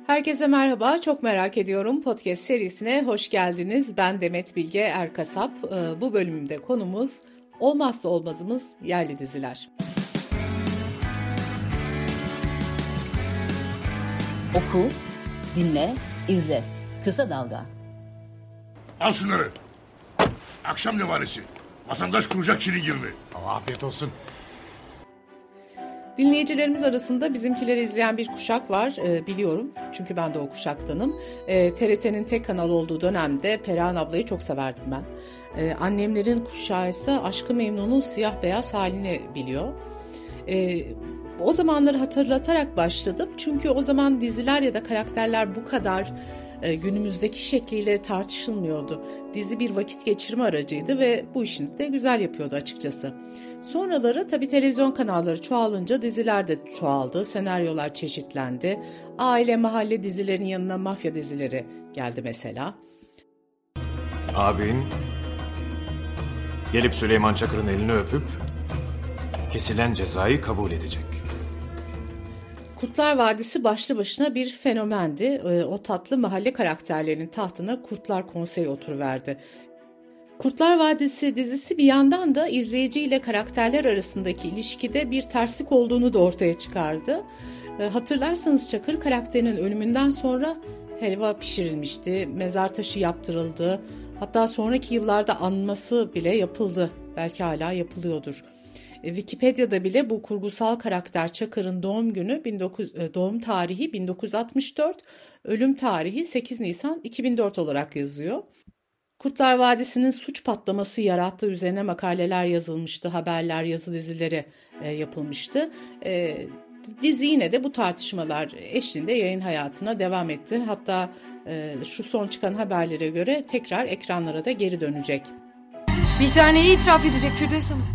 Herkese merhaba, çok merak ediyorum podcast serisine hoş geldiniz. Ben Demet Bilge Erkasap. Bu bölümde konumuz olmazsa olmazımız yerli diziler. Oku, dinle, izle. Kısa Dalga. Al şunları. Akşam nevaresi. Vatandaş kuracak çiligirini. Afiyet olsun. Dinleyicilerimiz arasında bizimkileri izleyen bir kuşak var, biliyorum. Çünkü ben de o kuşaktanım. TRT'nin tek kanal olduğu dönemde Perihan ablayı çok severdim ben. Annemlerin kuşağı ise Aşk-ı Memnun'un siyah beyaz halini biliyor. O zamanları hatırlatarak başladım. Çünkü o zaman diziler ya da karakterler bu kadar günümüzdeki şekliyle tartışılmıyordu. Dizi bir vakit geçirme aracıydı ve bu işini de güzel yapıyordu açıkçası. Sonraları tabii televizyon kanalları çoğalınca diziler de çoğaldı, senaryolar çeşitlendi. Aile mahalle dizilerinin yanına mafya dizileri geldi mesela. Abin gelip Süleyman Çakır'ın elini öpüp kesilen cezayı kabul edecek. Kurtlar Vadisi başlı başına bir fenomendi. O tatlı mahalle karakterlerinin tahtına Kurtlar Konseyi oturuverdi. Kurtlar Vadisi dizisi bir yandan da izleyiciyle karakterler arasındaki ilişkide bir terslik olduğunu da ortaya çıkardı. Hatırlarsanız Çakır karakterinin ölümünden sonra helva pişirilmişti, mezar taşı yaptırıldı. Hatta sonraki yıllarda anması bile yapıldı. Belki hala yapılıyordur. Wikipedia'da bile bu kurgusal karakter Çakır'ın doğum tarihi 1964, ölüm tarihi 8 Nisan 2004 olarak yazıyor. Kurtlar Vadisi'nin suç patlaması yarattığı üzerine makaleler yazılmıştı, haberler, yazı dizileri yapılmıştı. Dizi yine de bu tartışmalar eşliğinde yayın hayatına devam etti. Hatta şu son çıkan haberlere göre tekrar ekranlara da geri dönecek. Bihter neyi itiraf edecek Firdevs Hanım?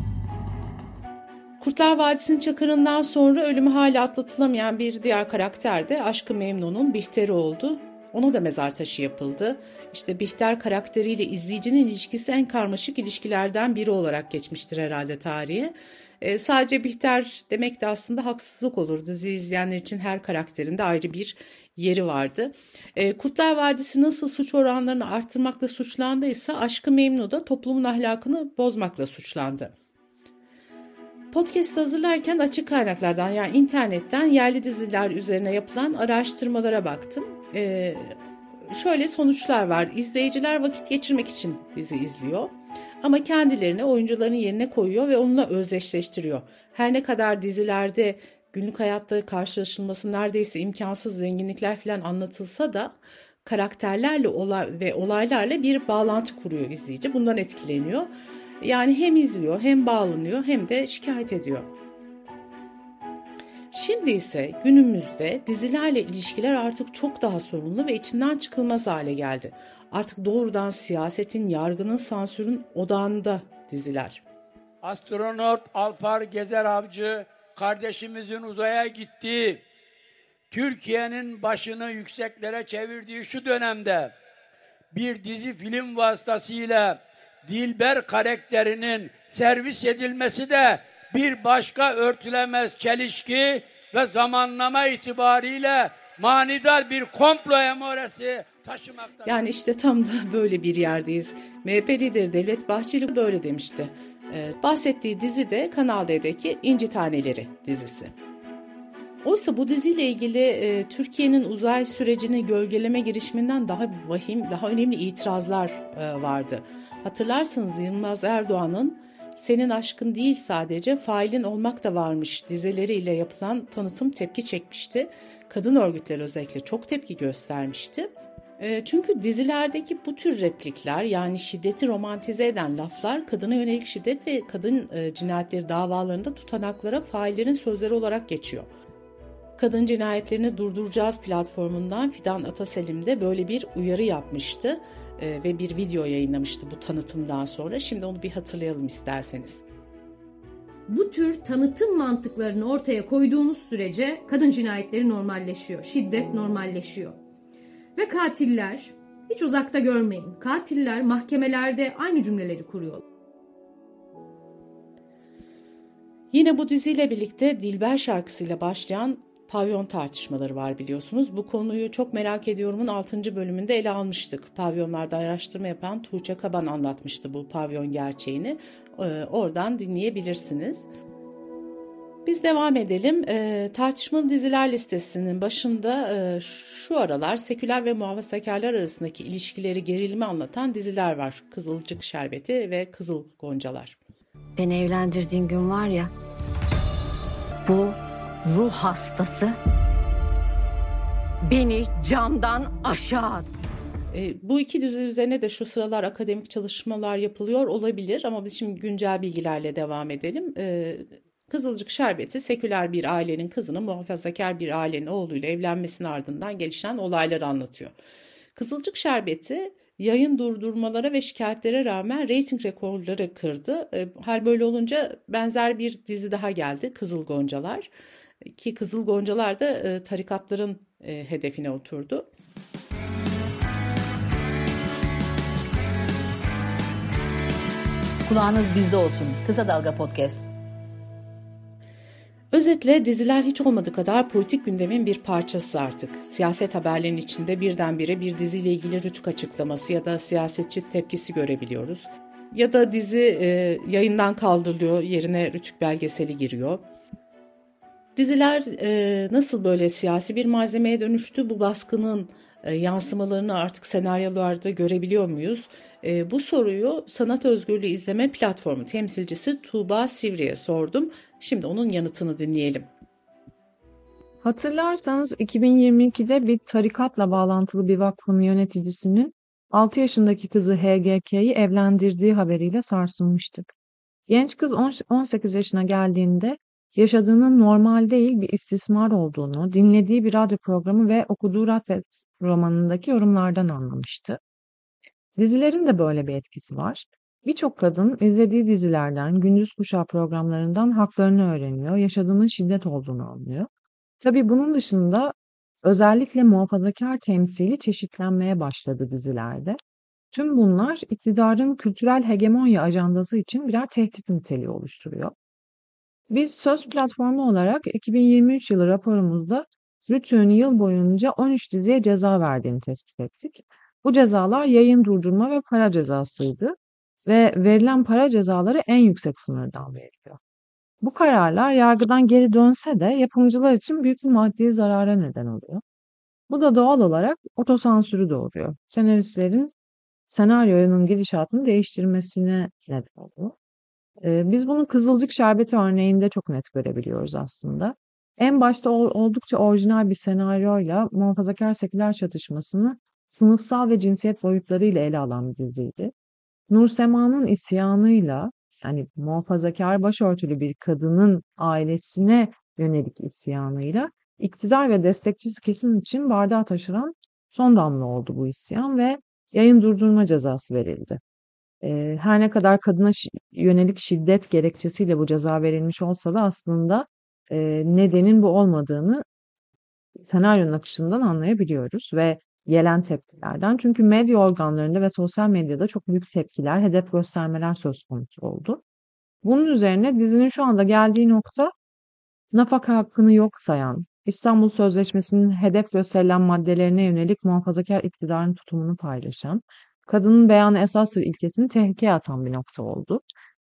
Kurtlar Vadisi'nin Çakır'ından sonra ölümü hala atlatılamayan bir diğer karakter de Aşk-ı Memnun'un Bihter'i oldu. Ona da mezar taşı yapıldı. İşte Bihter karakteriyle izleyicinin ilişkisi en karmaşık ilişkilerden biri olarak geçmiştir herhalde tarihe. Sadece Bihter demek de aslında haksızlık olur. Dizi izleyenler için her karakterinde ayrı bir yeri vardı. Kurtlar Vadisi nasıl suç oranlarını arttırmakla suçlandıysa Aşk-ı Memnu da toplumun ahlakını bozmakla suçlandı. Podcast hazırlarken açık kaynaklardan yani internetten yerli diziler üzerine yapılan araştırmalara baktım. Şöyle sonuçlar var. İzleyiciler vakit geçirmek için dizi izliyor. Ama kendilerini oyuncuların yerine koyuyor ve onunla özdeşleştiriyor. Her ne kadar dizilerde günlük hayatta karşılaşılması neredeyse imkansız zenginlikler falan anlatılsa da karakterlerle ve olaylarla bir bağlantı kuruyor izleyici. Bundan etkileniyor. Yani hem izliyor hem bağlanıyor hem de şikayet ediyor. Şimdi ise günümüzde dizilerle ilişkiler artık çok daha sorunlu ve içinden çıkılmaz hale geldi. Artık doğrudan siyasetin, yargının, sansürün odağında diziler. Astronot Alpar Gezer Avcı kardeşimizin uzaya gittiği, Türkiye'nin başını yükseklere çevirdiği şu dönemde bir dizi film vasıtasıyla Dilber karakterinin servis edilmesi de bir başka örtülemez çelişki ve zamanlama itibariyle manidar bir komplo emoresi taşımaktadır. Yani işte tam da böyle bir yerdeyiz. MHP lideri Devlet Bahçeli böyle demişti. Bahsettiği dizi de Kanal D'deki İnci Taneleri dizisi. Oysa bu diziyle ilgili Türkiye'nin uzay sürecini gölgeleme girişiminden daha vahim, daha önemli itirazlar vardı. Hatırlarsınız Yılmaz Erdoğan'ın "Senin aşkın değil sadece failin olmak da varmış" dizileriyle yapılan tanıtım tepki çekmişti. Kadın örgütleri özellikle çok tepki göstermişti. Çünkü dizilerdeki bu tür replikler yani şiddeti romantize eden laflar kadına yönelik şiddet ve kadın cinayetleri davalarında tutanaklara faillerin sözleri olarak geçiyor. Kadın Cinayetlerini Durduracağız platformundan Fidan Ataselim de böyle bir uyarı yapmıştı ve bir video yayınlamıştı bu tanıtımdan sonra. Şimdi onu bir hatırlayalım isterseniz. Bu tür tanıtım mantıklarını ortaya koyduğunuz sürece kadın cinayetleri normalleşiyor, şiddet normalleşiyor. Ve katiller, hiç uzakta görmeyin, katiller mahkemelerde aynı cümleleri kuruyor. Yine bu diziyle birlikte Dilber şarkısıyla başlayan pavyon tartışmaları var biliyorsunuz. Bu konuyu Çok Merak Ediyorum'un 6. bölümünde ele almıştık. Pavyonlarda araştırma yapan Tuğçe Kaban anlatmıştı bu pavyon gerçeğini. Oradan dinleyebilirsiniz. Biz devam edelim. Tartışmalı diziler listesinin başında şu aralar seküler ve muhafazakarlar arasındaki ilişkileri, gerilimi anlatan diziler var. Kızılcık Şerbeti ve Kızıl Goncalar. Beni evlendirdiğin gün var ya, bu ruh hastası beni camdan aşağı attı. Bu iki dizi üzerine de şu sıralar akademik çalışmalar yapılıyor olabilir ama biz şimdi güncel bilgilerle devam edelim. Kızılcık Şerbeti seküler bir ailenin kızının muhafazakar bir ailenin oğluyla evlenmesinin ardından gelişen olayları anlatıyor. Kızılcık Şerbeti yayın durdurmalara ve şikayetlere rağmen reyting rekorları kırdı. Hal böyle olunca benzer bir dizi daha geldi, Kızıl Goncalar. Ki Kızıl Goncalar da tarikatların hedefine oturdu. Kulağınız bizde olsun. Kısa Dalga Podcast. Özetle diziler hiç olmadığı kadar politik gündemin bir parçası artık. Siyaset haberlerinin içinde birdenbire bir diziyle ilgili rütük açıklaması ya da siyasetçi tepkisi görebiliyoruz. Ya da dizi yayından kaldırılıyor, yerine rütük belgeseli giriyor. Diziler nasıl böyle siyasi bir malzemeye dönüştü? Bu baskının yansımalarını artık senaryolarda görebiliyor muyuz? Bu soruyu Sanat Özgürlüğü İzleme Platformu temsilcisi Tuğba Sivri'ye sordum. Şimdi onun yanıtını dinleyelim. Hatırlarsanız 2022'de bir tarikatla bağlantılı bir vakfın yöneticisinin 6 yaşındaki kızı HGK'yi evlendirdiği haberiyle sarsılmıştık. Genç kız 18 yaşına geldiğinde yaşadığının normal değil bir istismar olduğunu, dinlediği bir radyo programı ve okuduğu Wattpad romanındaki yorumlardan anlamıştı. Dizilerin de böyle bir etkisi var. Birçok kadın izlediği dizilerden, gündüz kuşağı programlarından haklarını öğreniyor, yaşadığının şiddet olduğunu anlıyor. Tabii bunun dışında özellikle muhafazakar temsili çeşitlenmeye başladı dizilerde. Tüm bunlar iktidarın kültürel hegemonya ajandası için birer tehdit niteliği oluşturuyor. Biz Söz Platformu olarak 2023 yılı raporumuzda RTÜK'ün yıl boyunca 13 diziye ceza verdiğini tespit ettik. Bu cezalar yayın durdurma ve para cezasıydı ve verilen para cezaları en yüksek sınırdan veriliyor. Bu kararlar yargıdan geri dönse de yapımcılar için büyük bir maddi zarara neden oluyor. Bu da doğal olarak otosansürü doğuruyor. Senaristlerin senaryonun gidişatını değiştirmesine neden oluyor. Biz bunu Kızılcık Şerbeti örneğinde çok net görebiliyoruz aslında. En başta oldukça orijinal bir senaryoyla muhafazakar seküler çatışmasını sınıfsal ve cinsiyet boyutlarıyla ele alan bir diziydi. Nursema'nın isyanıyla, yani muhafazakar başörtülü bir kadının ailesine yönelik isyanıyla iktidar ve destekçisi kesim için bardağı taşıran son damla oldu bu isyan ve yayın durdurma cezası verildi. Her ne kadar kadına yönelik şiddet gerekçesiyle bu ceza verilmiş olsa da aslında nedenin bu olmadığını senaryonun akışından anlayabiliyoruz ve gelen tepkilerden. Çünkü medya organlarında ve sosyal medyada çok büyük tepkiler, hedef göstermeler söz konusu oldu. Bunun üzerine dizinin şu anda geldiği nokta nafaka hakkını yok sayan, İstanbul Sözleşmesi'nin hedef gösterilen maddelerine yönelik muhafazakar iktidarın tutumunu paylaşan, kadının beyanı esastır ilkesini tehlikeye atan bir nokta oldu.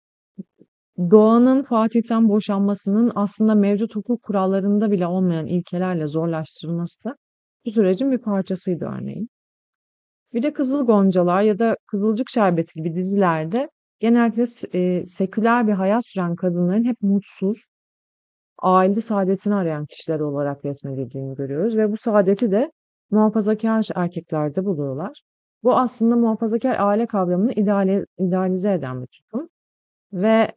Doğanın Fatih'ten boşanmasının aslında mevcut hukuk kurallarında bile olmayan ilkelerle zorlaştırılması da bu sürecin bir parçasıydı örneğin. Bir de Kızıl Goncalar ya da Kızılcık Şerbeti gibi dizilerde genellikle seküler bir hayat süren kadınların hep mutsuz, aile saadetini arayan kişiler olarak resmedildiğini görüyoruz ve bu saadeti de muhafazakar erkeklerde buluyorlar. Bu aslında muhafazakar aile kavramını idealize eden bir tutum ve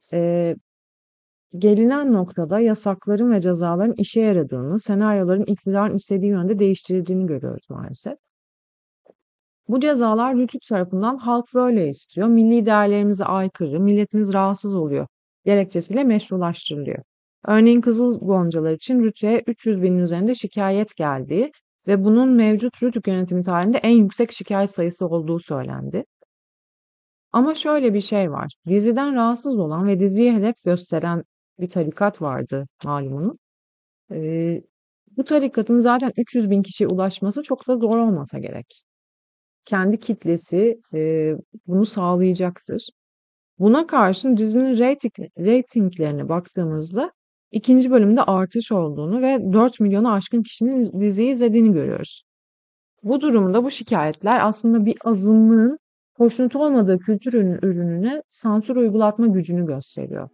gelinen noktada yasakların ve cezaların işe yaradığını, senaryoların iktidarın istediği yönde değiştirildiğini görüyoruz maalesef. Bu cezalar RTÜK tarafından halk böyle istiyor, milli değerlerimize aykırı, milletimiz rahatsız oluyor gerekçesiyle meşrulaştırılıyor. Örneğin Kızıl Goncalar için RTÜK'e 300 binin üzerinde şikayet geldiği ve bunun mevcut RTÜK yönetimi tarihinde en yüksek şikayet sayısı olduğu söylendi. Ama şöyle bir şey var. Diziden rahatsız olan ve diziye hedef gösteren bir tarikat vardı malumunuz. Bu tarikatın zaten 300 bin kişiye ulaşması çok da zor olmasa gerek. Kendi kitlesi bunu sağlayacaktır. Buna karşın dizinin reytinglerine baktığımızda ikinci bölümde artış olduğunu ve 4 milyonu aşkın kişinin diziyi izlediğini görüyoruz. Bu durumda bu şikayetler aslında bir azınlığın hoşnut olmadığı kültür ürününe sansür uygulatma gücünü gösteriyor.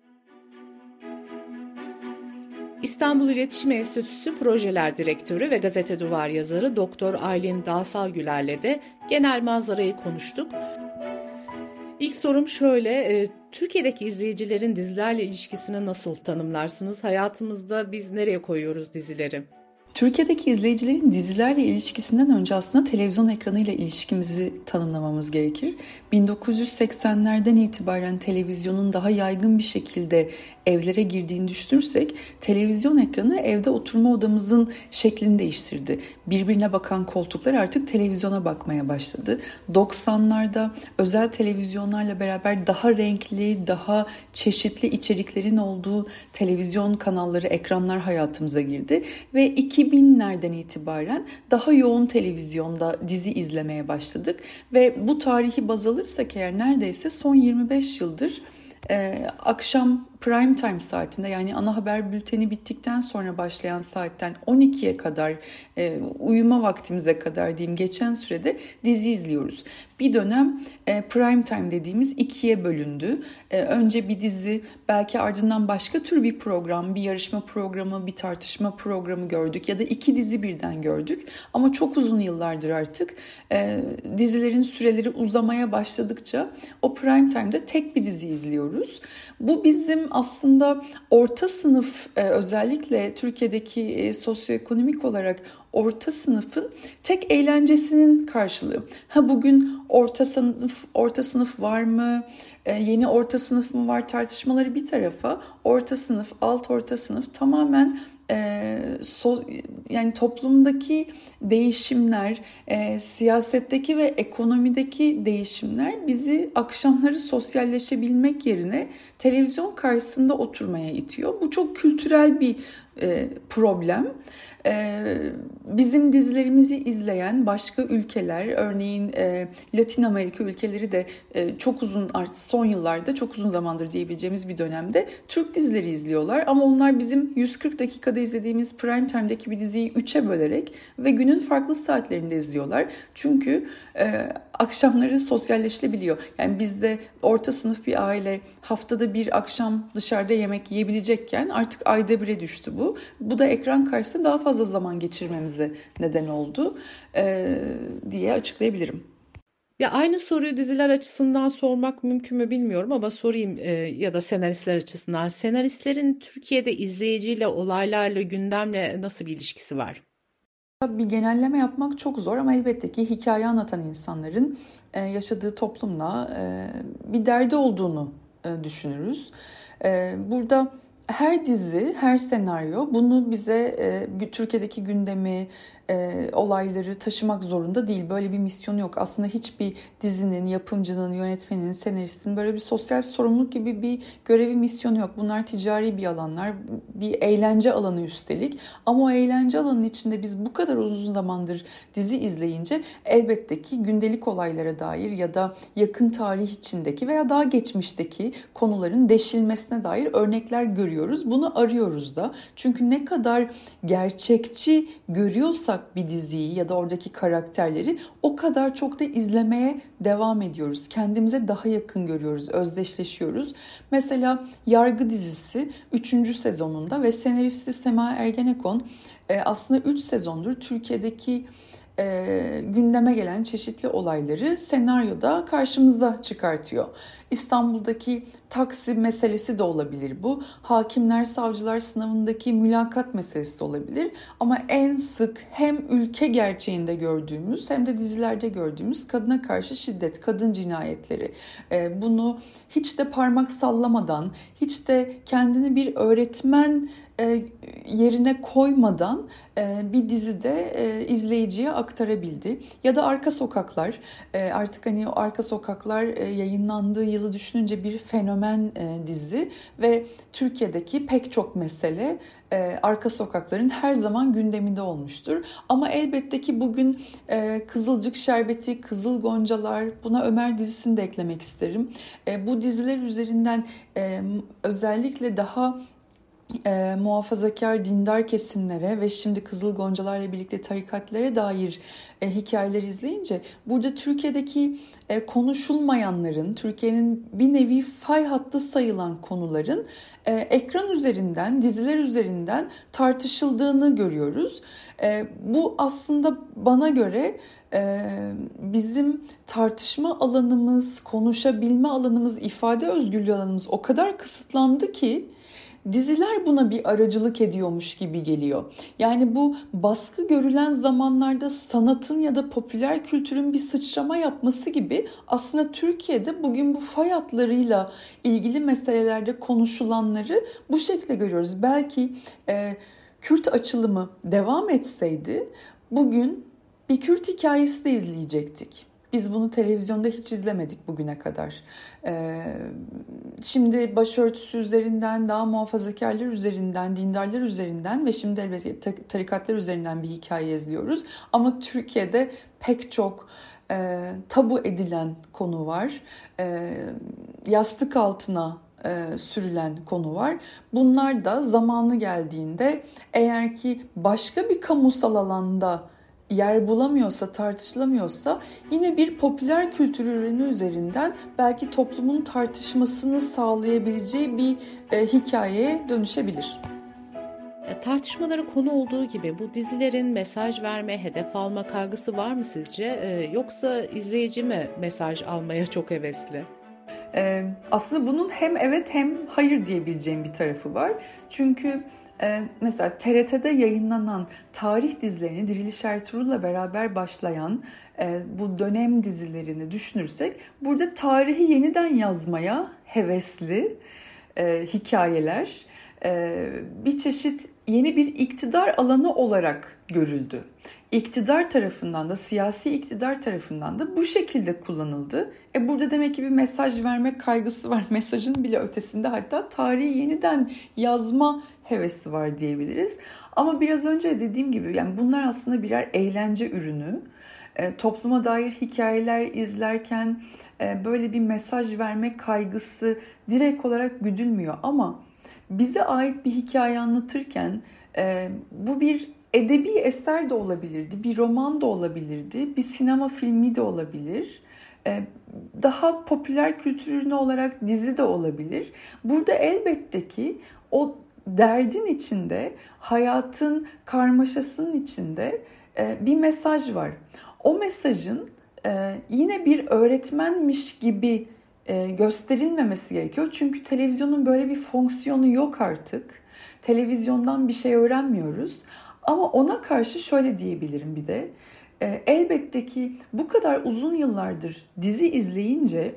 İstanbul İletişim Enstitüsü Projeler Direktörü ve Gazete Duvar yazarı Doktor Aylin Dağsalgüler'le de genel manzarayı konuştuk. İlk sorum şöyle, Türkiye'deki izleyicilerin dizilerle ilişkisini nasıl tanımlarsınız? Hayatımızda biz nereye koyuyoruz dizileri? Türkiye'deki izleyicilerin dizilerle ilişkisinden önce aslında televizyon ekranıyla ilişkimizi tanımlamamız gerekir. 1980'lerden itibaren televizyonun daha yaygın bir şekilde evlere girdiğini düşünürsek televizyon ekranı evde oturma odamızın şeklini değiştirdi. Birbirine bakan koltuklar artık televizyona bakmaya başladı. 90'larda özel televizyonlarla beraber daha renkli, daha çeşitli içeriklerin olduğu televizyon kanalları, ekranlar hayatımıza girdi ve 2000'lerden itibaren daha yoğun televizyonda dizi izlemeye başladık ve bu tarihi baz alırsak eğer neredeyse son 25 yıldır akşam prime time saatinde, yani ana haber bülteni bittikten sonra başlayan saatten 12'ye kadar uyuma vaktimize kadar diyeyim geçen sürede dizi izliyoruz. Bir dönem prime time dediğimiz ikiye bölündü. Önce bir dizi, belki ardından başka tür bir program, bir yarışma programı, bir tartışma programı gördük ya da iki dizi birden gördük. Ama çok uzun yıllardır artık dizilerin süreleri uzamaya başladıkça o prime time'da tek bir dizi izliyoruz. Bu bizim aslında orta sınıf, özellikle Türkiye'deki sosyoekonomik olarak orta sınıfın tek eğlencesinin karşılığı. Bugün orta sınıf var mı? Yeni orta sınıf mı var tartışmaları bir tarafa, orta sınıf, alt orta sınıf tamamen yani toplumdaki değişimler, siyasetteki ve ekonomideki değişimler bizi akşamları sosyalleşebilmek yerine televizyon karşısında oturmaya itiyor. Bu çok kültürel bir problem. Bizim dizilerimizi izleyen başka ülkeler, örneğin Latin Amerika ülkeleri de çok uzun, artık son yıllarda çok uzun zamandır diyebileceğimiz bir dönemde Türk dizileri izliyorlar. Ama onlar bizim 140 dakikada izlediğimiz prime time'daki bir diziyi 3'e bölerek ve günün farklı saatlerinde izliyorlar. Çünkü akşamları sosyalleşilebiliyor. Yani bizde orta sınıf bir aile haftada bir akşam dışarıda yemek yiyebilecekken artık ayda bire düştü bu. Bu da ekran karşısında daha fazla zaman geçirmemize neden oldu diye açıklayabilirim. Ya aynı soruyu diziler açısından sormak mümkün mü bilmiyorum ama sorayım ya da senaristler açısından. Senaristlerin Türkiye'de izleyiciyle, olaylarla, gündemle nasıl bir ilişkisi var? Bir genelleme yapmak çok zor ama elbette ki hikaye anlatan insanların yaşadığı toplumla bir derdi olduğunu düşünürüz. Burada her dizi, her senaryo bunu bize Türkiye'deki gündemi, olayları taşımak zorunda değil. Böyle bir misyonu yok. Aslında hiçbir dizinin, yapımcının, yönetmenin, senaristin böyle bir sosyal sorumluluk gibi bir görevi, misyonu yok. Bunlar ticari bir alanlar, bir eğlence alanı üstelik. Ama o eğlence alanının içinde biz bu kadar uzun zamandır dizi izleyince elbette ki gündelik olaylara dair ya da yakın tarih içindeki veya daha geçmişteki konuların deşilmesine dair örnekler görüyoruz. Bunu arıyoruz da. Çünkü ne kadar gerçekçi görüyorsak bir diziyi ya da oradaki karakterleri o kadar çok da izlemeye devam ediyoruz. Kendimize daha yakın görüyoruz, özdeşleşiyoruz. Mesela Yargı dizisi 3. sezonunda ve senaristi Sema Ergenekon aslında 3 sezondur Türkiye'deki gündeme gelen çeşitli olayları senaryoda karşımıza çıkartıyor. İstanbul'daki taksi meselesi de olabilir bu. Hakimler, savcılar sınavındaki mülakat meselesi de olabilir. Ama en sık hem ülke gerçeğinde gördüğümüz hem de dizilerde gördüğümüz kadına karşı şiddet, kadın cinayetleri. Bunu hiç de parmak sallamadan, hiç de kendini bir öğretmen yerine koymadan bir dizide izleyiciye aktarabildi. Ya da Arka Sokaklar, artık hani o Arka Sokaklar yayınlandığı yılı düşününce bir fenomen dizi ve Türkiye'deki pek çok mesele Arka Sokaklar'ın her zaman gündeminde olmuştur. Ama elbette ki bugün Kızılcık Şerbeti, Kızıl Goncalar, buna Ömer dizisini de eklemek isterim. Bu diziler üzerinden özellikle daha muhafazakar, dindar kesimlere ve şimdi Kızıl Goncalar'la birlikte tarikatlere dair hikayeler izleyince burada Türkiye'deki konuşulmayanların, Türkiye'nin bir nevi fay hattı sayılan konuların ekran üzerinden, diziler üzerinden tartışıldığını görüyoruz. Bu aslında bana göre bizim tartışma alanımız, konuşabilme alanımız, ifade özgürlüğü alanımız o kadar kısıtlandı ki diziler buna bir aracılık ediyormuş gibi geliyor. Yani bu baskı görülen zamanlarda sanatın ya da popüler kültürün bir sıçrama yapması gibi aslında Türkiye'de bugün bu fay hatlarıyla ilgili meselelerde konuşulanları bu şekilde görüyoruz. Belki Kürt açılımı devam etseydi bugün bir Kürt hikayesi de izleyecektik. Biz bunu televizyonda hiç izlemedik bugüne kadar. Şimdi başörtüsü üzerinden, daha muhafazakarlar üzerinden, dindarlar üzerinden ve şimdi elbette tarikatlar üzerinden bir hikaye izliyoruz. Ama Türkiye'de pek çok tabu edilen konu var. Yastık altına sürülen konu var. Bunlar da zamanı geldiğinde eğer ki başka bir kamusal alanda yer bulamıyorsa, tartışılamıyorsa yine bir popüler kültür ürünü üzerinden belki toplumun tartışmasını sağlayabileceği bir hikayeye dönüşebilir. Tartışmalara konu olduğu gibi bu dizilerin mesaj verme, hedef alma kaygısı var mı sizce? Yoksa izleyici mi mesaj almaya çok hevesli? Aslında bunun hem evet hem hayır diyebileceğim bir tarafı var. Çünkü mesela TRT'de yayınlanan tarih dizilerini Diriliş Ertuğrul'la beraber başlayan bu dönem dizilerini düşünürsek burada tarihi yeniden yazmaya hevesli hikayeler bir çeşit yeni bir iktidar alanı olarak görüldü. İktidar tarafından da, siyasi iktidar tarafından da bu şekilde kullanıldı. Burada demek ki bir mesaj verme kaygısı var. Mesajın bile ötesinde hatta tarihi yeniden yazma hevesi var diyebiliriz. Ama biraz önce dediğim gibi yani bunlar aslında birer eğlence ürünü. Topluma dair hikayeler izlerken böyle bir mesaj verme kaygısı direkt olarak güdülmüyor. Ama bize ait bir hikaye anlatırken bu bir edebi eser de olabilirdi, bir roman da olabilirdi, bir sinema filmi de olabilir. Daha popüler kültür ürünü olarak dizi de olabilir. Burada elbette ki o derdin içinde, hayatın karmaşasının içinde bir mesaj var. O mesajın yine bir öğretmenmiş gibi gösterilmemesi gerekiyor. Çünkü televizyonun böyle bir fonksiyonu yok artık. Televizyondan bir şey öğrenmiyoruz. Ama ona karşı şöyle diyebilirim bir de. Elbette ki bu kadar uzun yıllardır dizi izleyince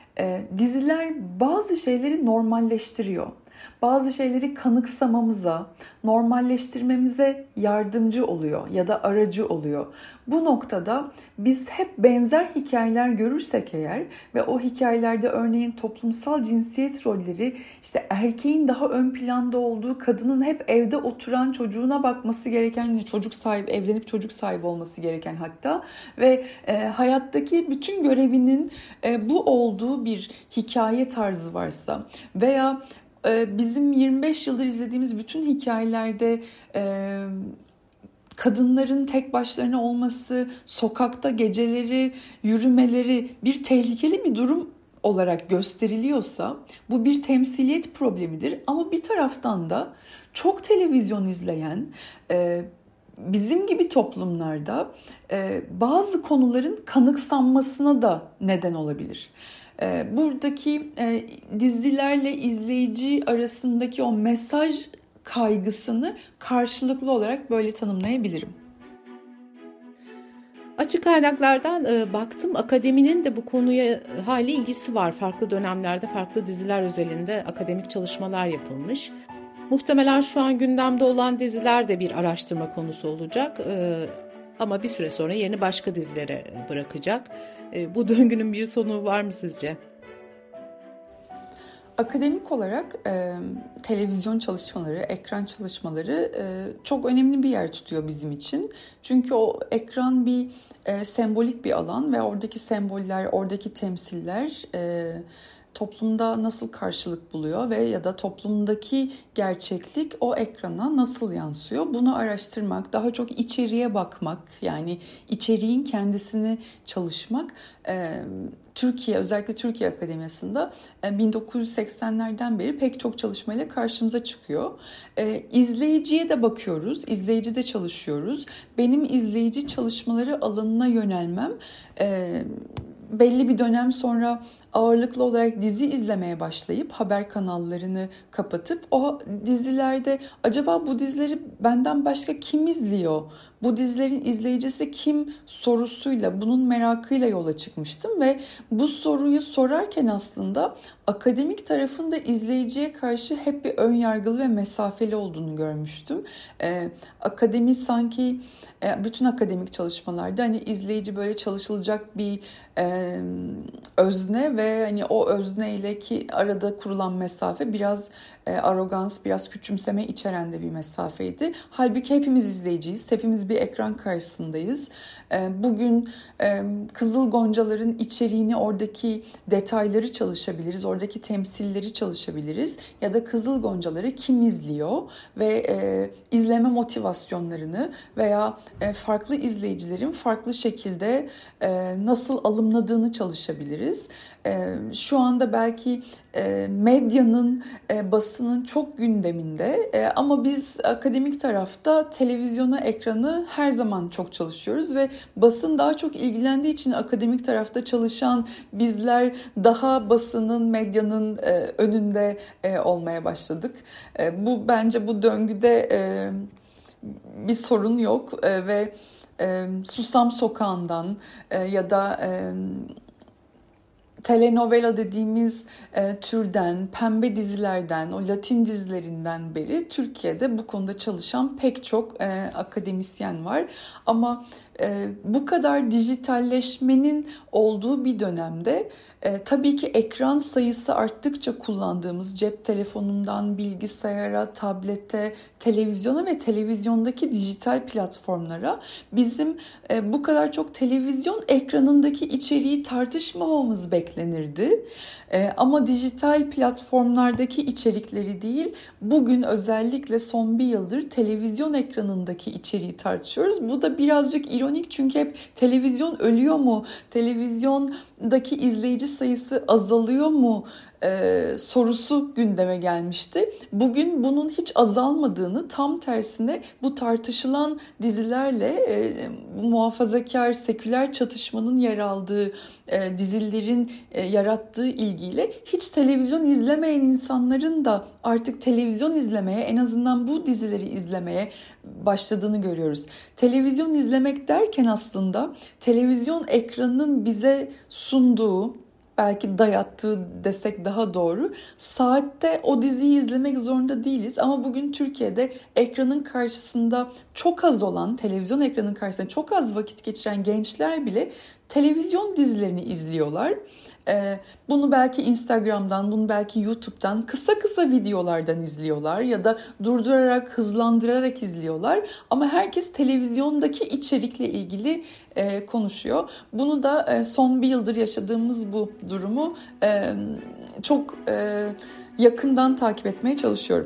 diziler bazı şeyleri normalleştiriyor. Bazı şeyleri kanıksamamıza, normalleştirmemize yardımcı oluyor ya da aracı oluyor. Bu noktada biz hep benzer hikayeler görürsek eğer ve o hikayelerde örneğin toplumsal cinsiyet rolleri, işte erkeğin daha ön planda olduğu, kadının hep evde oturan, çocuğuna bakması gereken, çocuk sahibi, evlenip çocuk sahibi olması gereken hatta ve hayattaki bütün görevinin bu olduğu bir hikaye tarzı varsa veya bizim 25 yıldır izlediğimiz bütün hikayelerde kadınların tek başlarına olması, sokakta geceleri yürümeleri bir tehlikeli bir durum olarak gösteriliyorsa bu bir temsiliyet problemidir. Ama bir taraftan da çok televizyon izleyen bizim gibi toplumlarda bazı konuların kanıksanmasına da neden olabilir. Buradaki dizilerle izleyici arasındaki o mesaj kaygısını karşılıklı olarak böyle tanımlayabilirim. Açık kaynaklardan baktım, akademinin de bu konuya hali ilgisi var. Farklı dönemlerde farklı diziler özelinde akademik çalışmalar yapılmış. Muhtemelen şu an gündemde olan diziler de bir araştırma konusu olacak. Ama bir süre sonra yerini başka dizilere bırakacak. Bu döngünün bir sonu var mı sizce? Akademik olarak televizyon çalışmaları, ekran çalışmaları çok önemli bir yer tutuyor bizim için. Çünkü o ekran bir sembolik bir alan ve oradaki semboller, oradaki temsiller toplumda nasıl karşılık buluyor ve ya da toplumdaki gerçeklik o ekrana nasıl yansıyor? Bunu araştırmak, daha çok içeriye bakmak, yani içeriğin kendisini çalışmak. Türkiye, özellikle Türkiye Akademisi'nde 1980'lerden beri pek çok çalışmayla karşımıza çıkıyor. İzleyiciye de bakıyoruz, izleyici de çalışıyoruz. Benim izleyici çalışmaları alanına yönelmem belli bir dönem sonra ağırlıklı olarak dizi izlemeye başlayıp haber kanallarını kapatıp o dizilerde acaba bu dizileri benden başka kim izliyor? Bu dizilerin izleyicisi kim sorusuyla, bunun merakıyla yola çıkmıştım ve bu soruyu sorarken aslında akademik tarafın da izleyiciye karşı hep bir ön yargılı ve mesafeli olduğunu görmüştüm. Akademi sanki bütün akademik çalışmalarda hani izleyici böyle çalışılacak bir özne ve hani o özne ile ki arada kurulan mesafe biraz arogans, biraz küçümseme içeren de bir mesafeydi. Halbuki hepimiz izleyiciyiz, hepimiz bir ekran karşısındayız. Bugün Kızıl Goncalar'ın içeriğini, oradaki detayları çalışabiliriz, oradaki temsilleri çalışabiliriz ya da Kızıl Goncalar'ı kim izliyor ve izleme motivasyonlarını veya farklı izleyicilerin farklı şekilde nasıl alımladığını çalışabiliriz. Şu anda belki medyanın, basının çok gündeminde ama biz akademik tarafta televizyona, ekranı her zaman çok çalışıyoruz ve basın daha çok ilgilendiği için akademik tarafta çalışan bizler daha basının, medyanın önünde olmaya başladık. Bence bu döngüde bir sorun yok ve Susam Sokağı'ndan ya da telenovela dediğimiz türden, pembe dizilerden, o Latin dizilerinden beri Türkiye'de bu konuda çalışan pek çok akademisyen var. Ama bu kadar dijitalleşmenin olduğu bir dönemde tabii ki ekran sayısı arttıkça kullandığımız cep telefonundan bilgisayara, tablete, televizyona ve televizyondaki dijital platformlara bizim bu kadar çok televizyon ekranındaki içeriği tartışmamamız beklenirdi. Ama dijital platformlardaki içerikleri değil, bugün özellikle son bir yıldır televizyon ekranındaki içeriği tartışıyoruz. Bu da birazcık ironik çünkü hep televizyon ölüyor mu? Televizyondaki izleyici sayısı azalıyor mu? Sorusu gündeme gelmişti. Bugün bunun hiç azalmadığını, tam tersine bu tartışılan dizilerle muhafazakar, seküler çatışmanın yer aldığı dizilerin yarattığı ilgiyle hiç televizyon izlemeyen insanların da artık televizyon izlemeye, en azından bu dizileri izlemeye başladığını görüyoruz. Televizyon izlemek derken aslında televizyon ekranının bize sunduğu, belki dayattığı desek daha doğru, saatte o diziyi izlemek zorunda değiliz. Ama bugün Türkiye'de ekranın karşısında çok az olan, televizyon ekranının karşısında çok az vakit geçiren gençler bile televizyon dizilerini izliyorlar. Bunu belki Instagram'dan, bunu belki YouTube'dan, kısa kısa videolardan izliyorlar ya da durdurarak, hızlandırarak izliyorlar. Ama herkes televizyondaki içerikle ilgili konuşuyor. Bunu da son bir yıldır yaşadığımız bu durumu çok yakından takip etmeye çalışıyorum.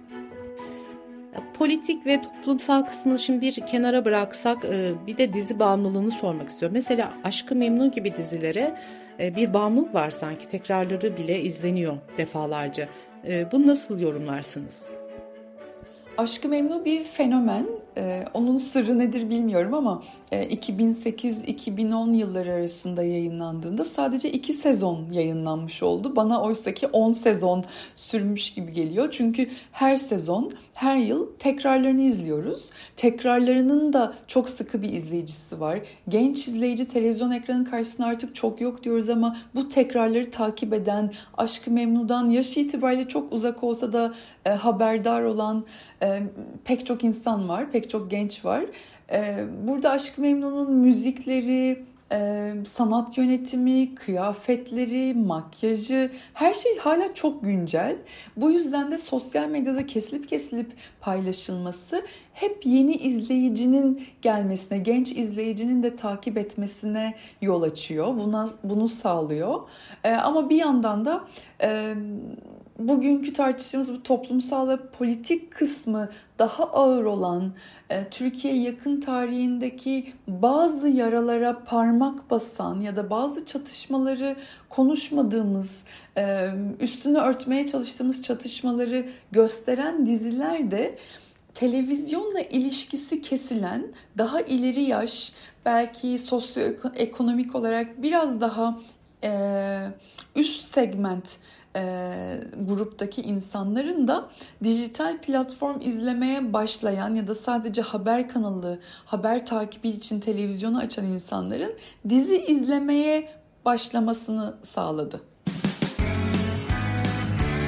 Politik ve toplumsal kısmını şimdi bir kenara bıraksak bir de dizi bağımlılığını sormak istiyorum. Mesela Aşk-ı Memnu gibi dizilere bir bağımlılık var sanki, tekrarları bile izleniyor defalarca. Bunu nasıl yorumlarsınız? Aşk-ı Memnu bir fenomen. Onun sırrı nedir bilmiyorum ama 2008-2010 yılları arasında yayınlandığında sadece 2 sezon yayınlanmış oldu. Bana oysaki 10 sezon sürmüş gibi geliyor. Çünkü her sezon, her yıl tekrarlarını izliyoruz. Tekrarlarının da çok sıkı bir izleyicisi var. Genç izleyici televizyon ekranının karşısında artık çok yok diyoruz ama bu tekrarları takip eden, Aşk-ı Memnu'dan yaş itibariyle çok uzak olsa da haberdar olan pek çok insan var, pek çok genç var. Burada Aşk-ı Memnu'nun müzikleri, sanat yönetimi, kıyafetleri, makyajı, her şey hala çok güncel. Bu yüzden de sosyal medyada kesilip paylaşılması hep yeni izleyicinin gelmesine, genç izleyicinin de takip etmesine yol açıyor. Bunu sağlıyor. Ama bir yandan da bugünkü tartıştığımız bu toplumsal ve politik kısmı daha ağır olan, Türkiye yakın tarihindeki bazı yaralara parmak basan ya da bazı çatışmaları konuşmadığımız, üstünü örtmeye çalıştığımız çatışmaları gösteren diziler de televizyonla ilişkisi kesilen, daha ileri yaş, belki sosyoekonomik olarak biraz daha üst segment gruptaki insanların da dijital platform izlemeye başlayan ya da sadece haber kanalı, haber takibi için televizyonu açan insanların dizi izlemeye başlamasını sağladı.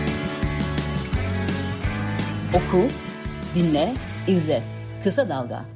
Oku, dinle, izle. Kısa Dalga.